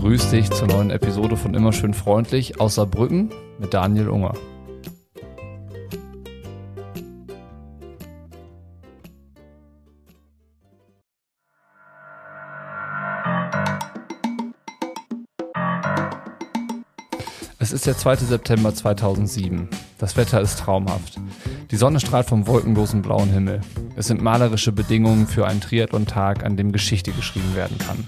Grüß dich zur neuen Episode von Immer schön freundlich aus Saarbrücken mit Daniel Unger. Es ist der 2. September 2007. Das Wetter ist traumhaft. Die Sonne strahlt vom wolkenlosen blauen Himmel. Es sind malerische Bedingungen für einen Triathlon-Tag, an dem Geschichte geschrieben werden kann.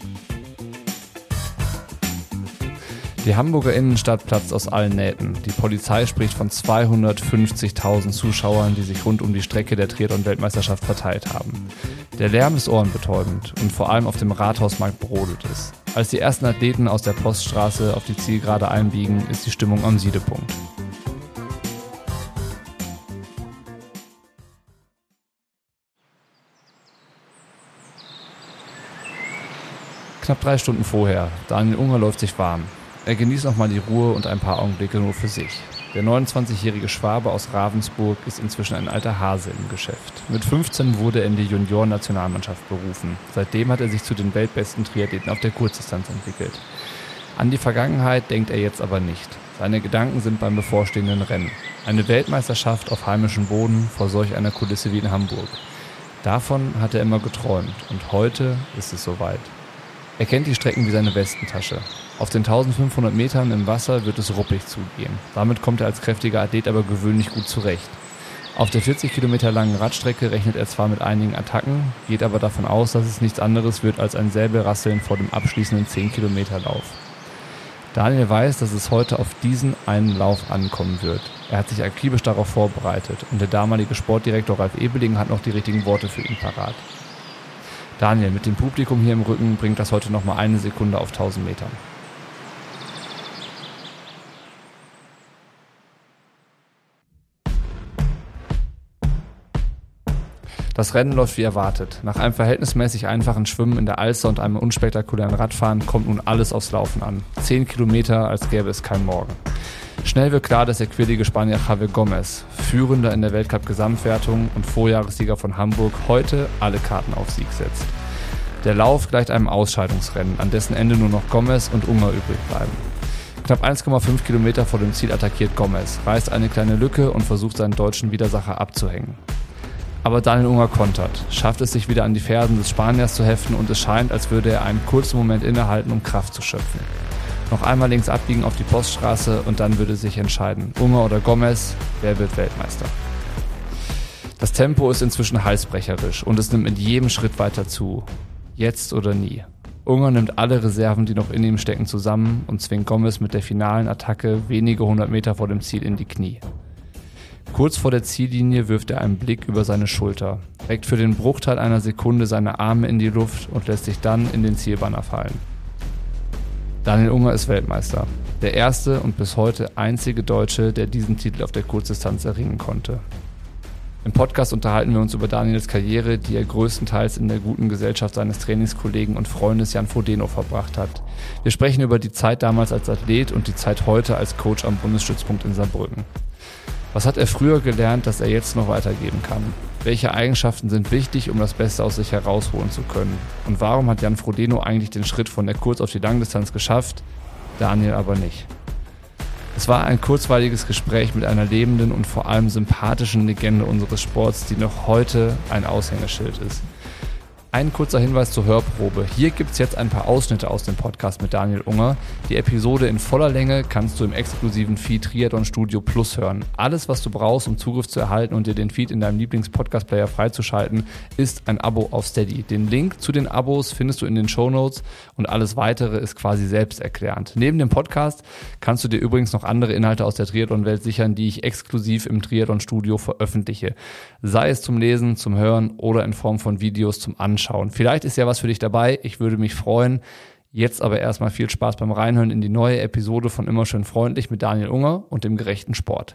Die Hamburger Innenstadt platzt aus allen Nähten. Die Polizei spricht von 250.000 Zuschauern, die sich rund um die Strecke der Triathlon-Weltmeisterschaft verteilt haben. Der Lärm ist ohrenbetäubend und vor allem auf dem Rathausmarkt brodelt es. Als die ersten Athleten aus der Poststraße auf die Zielgerade einbiegen, ist die Stimmung am Siedepunkt. Knapp 3 Stunden vorher. Daniel Unger läuft sich warm. Er genießt nochmal die Ruhe und ein paar Augenblicke nur für sich. Der 29-jährige Schwabe aus Ravensburg ist inzwischen ein alter Hase im Geschäft. Mit 15 wurde er in die Junioren-Nationalmannschaft berufen. Seitdem hat er sich zu den weltbesten Triathleten auf der Kurzdistanz entwickelt. An die Vergangenheit denkt er jetzt aber nicht. Seine Gedanken sind beim bevorstehenden Rennen. Eine Weltmeisterschaft auf heimischem Boden vor solch einer Kulisse wie in Hamburg. Davon hat er immer geträumt und heute ist es soweit. Er kennt die Strecken wie seine Westentasche. Auf den 1500 Metern im Wasser wird es ruppig zugehen. Damit kommt er als kräftiger Athlet aber gewöhnlich gut zurecht. Auf der 40 Kilometer langen Radstrecke rechnet er zwar mit einigen Attacken, geht aber davon aus, dass es nichts anderes wird als ein Säbelrasseln vor dem abschließenden 10 Kilometer Lauf. Daniel weiß, dass es heute auf diesen einen Lauf ankommen wird. Er hat sich akribisch darauf vorbereitet und der damalige Sportdirektor Ralf Ebeling hat noch die richtigen Worte für ihn parat. Daniel, mit dem Publikum hier im Rücken bringt das heute nochmal eine Sekunde auf 1000 Metern. Das Rennen läuft wie erwartet. Nach einem verhältnismäßig einfachen Schwimmen in der Alster und einem unspektakulären Radfahren kommt nun alles aufs Laufen an. 10 Kilometer, als gäbe es keinen Morgen. Schnell wird klar, dass der quirlige Spanier Javier Gomez, Führender in der Weltcup-Gesamtwertung und Vorjahressieger von Hamburg, heute alle Karten auf Sieg setzt. Der Lauf gleicht einem Ausscheidungsrennen, an dessen Ende nur noch Gomez und Unger übrig bleiben. Knapp 1,5 Kilometer vor dem Ziel attackiert Gomez, reißt eine kleine Lücke und versucht seinen deutschen Widersacher abzuhängen. Aber Daniel Unger kontert, schafft es sich wieder an die Fersen des Spaniers zu heften und es scheint, als würde er einen kurzen Moment innehalten, um Kraft zu schöpfen. Noch einmal links abbiegen auf die Poststraße und dann würde sich entscheiden, Unger oder Gomez, wer wird Weltmeister. Das Tempo ist inzwischen halsbrecherisch und es nimmt mit jedem Schritt weiter zu. Jetzt oder nie. Unger nimmt alle Reserven, die noch in ihm stecken, zusammen und zwingt Gomez mit der finalen Attacke wenige 100 Meter vor dem Ziel in die Knie. Kurz vor der Ziellinie wirft er einen Blick über seine Schulter, reckt für den Bruchteil einer Sekunde seine Arme in die Luft und lässt sich dann in den Zielbanner fallen. Daniel Unger ist Weltmeister. Der erste und bis heute einzige Deutsche, der diesen Titel auf der Kurzdistanz erringen konnte. Im Podcast unterhalten wir uns über Daniels Karriere, die er größtenteils in der guten Gesellschaft seines Trainingskollegen und Freundes Jan Frodeno verbracht hat. Wir sprechen über die Zeit damals als Athlet und die Zeit heute als Coach am Bundesstützpunkt in Saarbrücken. Was hat er früher gelernt, das er jetzt noch weitergeben kann? Welche Eigenschaften sind wichtig, um das Beste aus sich herausholen zu können? Und warum hat Jan Frodeno eigentlich den Schritt von der Kurz- auf die Langdistanz geschafft, Daniel aber nicht? Es war ein kurzweiliges Gespräch mit einer lebenden und vor allem sympathischen Legende unseres Sports, die noch heute ein Aushängeschild ist. Ein kurzer Hinweis zur Hörprobe. Hier gibt's jetzt ein paar Ausschnitte aus dem Podcast mit Daniel Unger. Die Episode in voller Länge kannst du im exklusiven Feed Triathlon Studio Plus hören. Alles, was du brauchst, um Zugriff zu erhalten und dir den Feed in deinem Lieblings-Podcast-Player freizuschalten, ist ein Abo auf Steady. Den Link zu den Abos findest du in den Shownotes und alles Weitere ist quasi selbsterklärend. Neben dem Podcast kannst du dir übrigens noch andere Inhalte aus der Triathlon-Welt sichern, die ich exklusiv im Triathlon Studio veröffentliche. Sei es zum Lesen, zum Hören oder in Form von Videos zum Anschauen. Vielleicht ist ja was für dich dabei, ich würde mich freuen. Jetzt aber erstmal viel Spaß beim Reinhören in die neue Episode von Immer schön freundlich mit Daniel Unger und dem gerechten Sport.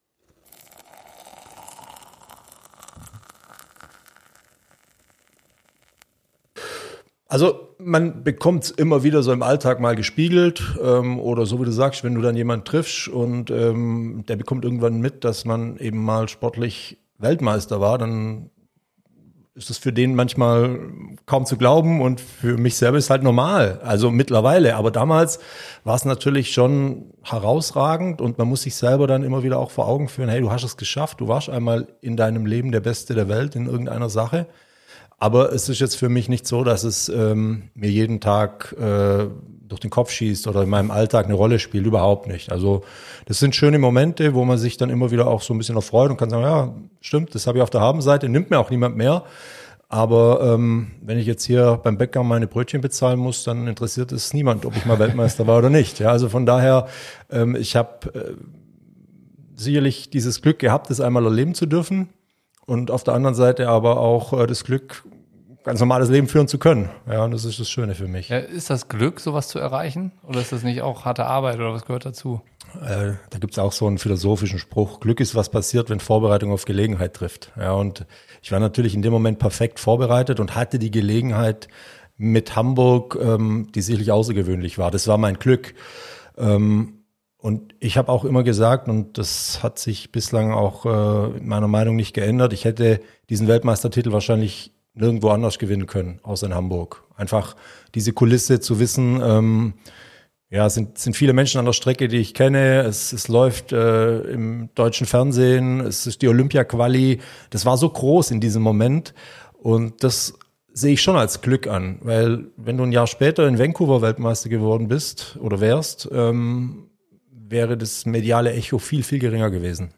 Also man bekommt es immer wieder so im Alltag mal gespiegelt oder so wie du sagst, wenn du dann jemanden triffst und der bekommt irgendwann mit, dass man eben mal sportlich Weltmeister war, dann ist es für den manchmal kaum zu glauben und für mich selber ist es halt normal, also mittlerweile. Aber damals war es natürlich schon herausragend und man muss sich selber dann immer wieder auch vor Augen führen, hey, du hast es geschafft, du warst einmal in deinem Leben der Beste der Welt in irgendeiner Sache. Aber es ist jetzt für mich nicht so, dass es mir jeden Tag durch den Kopf schießt oder in meinem Alltag eine Rolle spielt, überhaupt nicht. Also das sind schöne Momente, wo man sich dann immer wieder auch so ein bisschen erfreut und kann sagen, ja, stimmt, das habe ich auf der Habenseite, nimmt mir auch niemand mehr. Aber wenn ich jetzt hier beim Bäcker meine Brötchen bezahlen muss, dann interessiert es niemand, ob ich mal Weltmeister war oder nicht. Ja, also von daher, ich habe sicherlich dieses Glück gehabt, das einmal erleben zu dürfen und auf der anderen Seite aber auch das Glück, ganz normales Leben führen zu können. Ja, und das ist das Schöne für mich. Ja, ist das Glück, sowas zu erreichen? Oder ist das nicht auch harte Arbeit oder was gehört dazu? Da gibt's auch so einen philosophischen Spruch. Glück ist, was passiert, wenn Vorbereitung auf Gelegenheit trifft. Ja, und ich war natürlich in dem Moment perfekt vorbereitet und hatte die Gelegenheit mit Hamburg, die sicherlich außergewöhnlich war. Das war mein Glück. Und ich habe auch immer gesagt, und das hat sich bislang auch in meiner Meinung nicht geändert, ich hätte diesen Weltmeistertitel wahrscheinlich nirgendwo anders gewinnen können, außer in Hamburg. Einfach diese Kulisse zu wissen, es sind viele Menschen an der Strecke, die ich kenne. Es läuft im deutschen Fernsehen, es ist die Olympia-Quali. Das war so groß in diesem Moment und das sehe ich schon als Glück an, weil wenn du ein Jahr später in Vancouver Weltmeister geworden bist oder wärst, wäre das mediale Echo viel, viel geringer gewesen.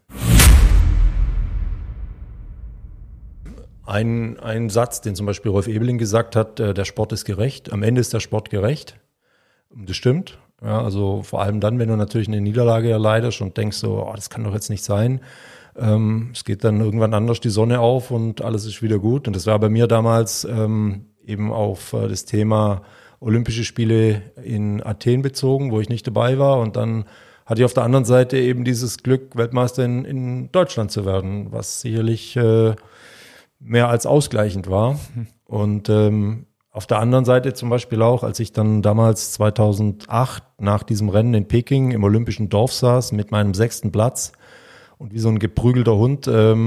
Ein Satz, den zum Beispiel Rolf Ebeling gesagt hat, der Sport ist gerecht. Am Ende ist der Sport gerecht. Das stimmt. Ja, also vor allem dann, wenn du natürlich eine Niederlage erleidest und denkst so, das kann doch jetzt nicht sein. Es geht dann irgendwann anders die Sonne auf und alles ist wieder gut. Und das war bei mir damals eben auf das Thema Olympische Spiele in Athen bezogen, wo ich nicht dabei war. Und dann hatte ich auf der anderen Seite eben dieses Glück, Weltmeister in Deutschland zu werden, was sicherlich mehr als ausgleichend war. Und auf der anderen Seite zum Beispiel auch, als ich dann damals 2008 nach diesem Rennen in Peking im Olympischen Dorf saß mit meinem 6. Platz und wie so ein geprügelter Hund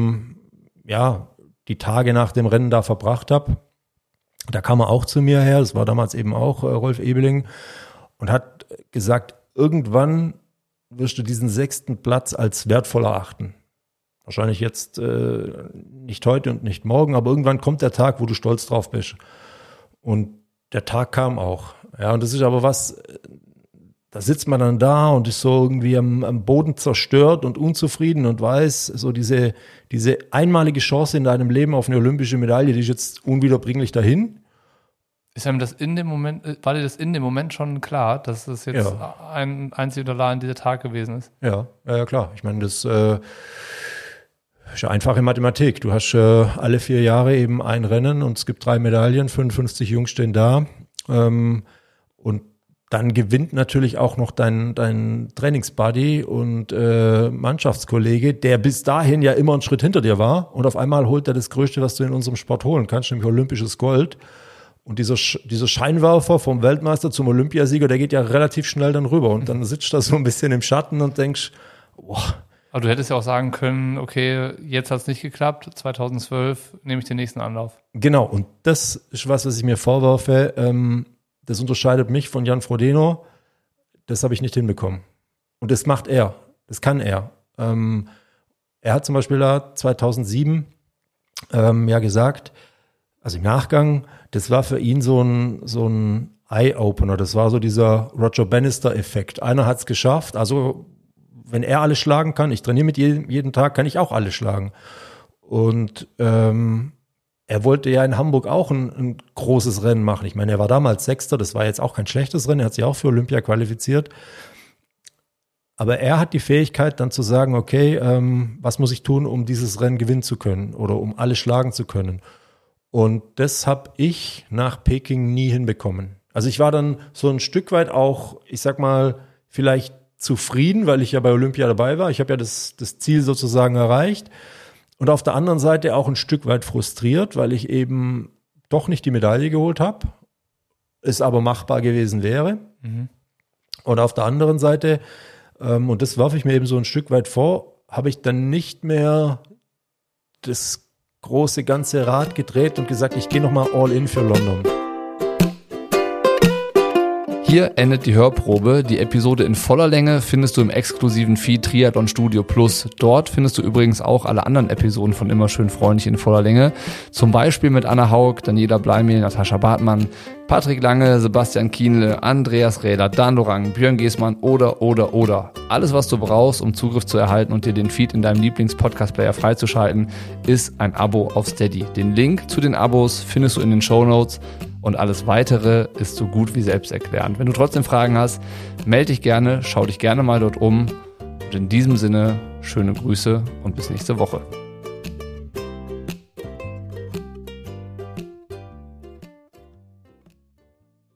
die Tage nach dem Rennen da verbracht habe, da kam er auch zu mir her, das war damals eben auch Rolf Ebeling, und hat gesagt, irgendwann wirst du diesen 6. Platz als wertvoll erachten. Wahrscheinlich jetzt nicht heute und nicht morgen, aber irgendwann kommt der Tag, wo du stolz drauf bist. Und der Tag kam auch. Ja, und das ist aber was, da sitzt man dann da und ist so irgendwie am Boden zerstört und unzufrieden und weiß, so diese einmalige Chance in deinem Leben auf eine olympische Medaille, die ist jetzt unwiederbringlich dahin. Ist einem das in dem Moment, war dir das in dem Moment schon klar, dass das jetzt ein einzig und allein dieser Tag gewesen ist? Ja, klar. Ich meine, das ist ja einfache Mathematik. Du hast alle 4 Jahre eben ein Rennen und es gibt 3 Medaillen, 55 Jungs stehen da. Und dann gewinnt natürlich auch noch dein Trainingsbuddy und Mannschaftskollege, der bis dahin ja immer einen Schritt hinter dir war. Und auf einmal holt er das Größte, was du in unserem Sport holen kannst, nämlich olympisches Gold. Und dieser Scheinwerfer vom Weltmeister zum Olympiasieger, der geht ja relativ schnell dann rüber. Und dann sitzt du da so ein bisschen im Schatten und denkst, boah. Aber du hättest ja auch sagen können, okay, jetzt hat es nicht geklappt, 2012 nehme ich den nächsten Anlauf. Genau, und das ist was ich mir vorwerfe. Das unterscheidet mich von Jan Frodeno. Das habe ich nicht hinbekommen. Und das macht er. Das kann er. Er hat zum Beispiel da 2007 gesagt, also im Nachgang, das war für ihn so ein Eye-Opener. Das war so dieser Roger Bannister-Effekt. Einer hat es geschafft, also wenn er alle schlagen kann, ich trainiere mit jeden Tag, kann ich auch alle schlagen. Und er wollte ja in Hamburg auch ein großes Rennen machen. Ich meine, er war damals 6., das war jetzt auch kein schlechtes Rennen, er hat sich auch für Olympia qualifiziert. Aber er hat die Fähigkeit dann zu sagen, okay, was muss ich tun, um dieses Rennen gewinnen zu können oder um alle schlagen zu können. Und das habe ich nach Peking nie hinbekommen. Also ich war dann so ein Stück weit auch, ich sag mal, vielleicht zufrieden, weil ich ja bei Olympia dabei war. Ich habe ja das Ziel sozusagen erreicht. Und auf der anderen Seite auch ein Stück weit frustriert, weil ich eben doch nicht die Medaille geholt habe, es aber machbar gewesen wäre. Mhm. Und auf der anderen Seite, und das warf ich mir eben so ein Stück weit vor, habe ich dann nicht mehr das große ganze Rad gedreht und gesagt, ich gehe nochmal all in für London. Hier endet die Hörprobe. Die Episode in voller Länge findest du im exklusiven Feed Triathlon Studio Plus. Dort findest du übrigens auch alle anderen Episoden von Immer schön freundlich in voller Länge. Zum Beispiel mit Anna Haug, Daniela Bleimehl, Natascha Bartmann, Patrick Lange, Sebastian Kienle, Andreas Räder, Dan Lorang, Björn Geßmann oder. Alles, was du brauchst, um Zugriff zu erhalten und dir den Feed in deinem Lieblings-Podcast-Player freizuschalten, ist ein Abo auf Steady. Den Link zu den Abos findest du in den Shownotes. Und alles Weitere ist so gut wie selbsterklärend. Wenn du trotzdem Fragen hast, melde dich gerne, schau dich gerne mal dort um. Und in diesem Sinne, schöne Grüße und bis nächste Woche.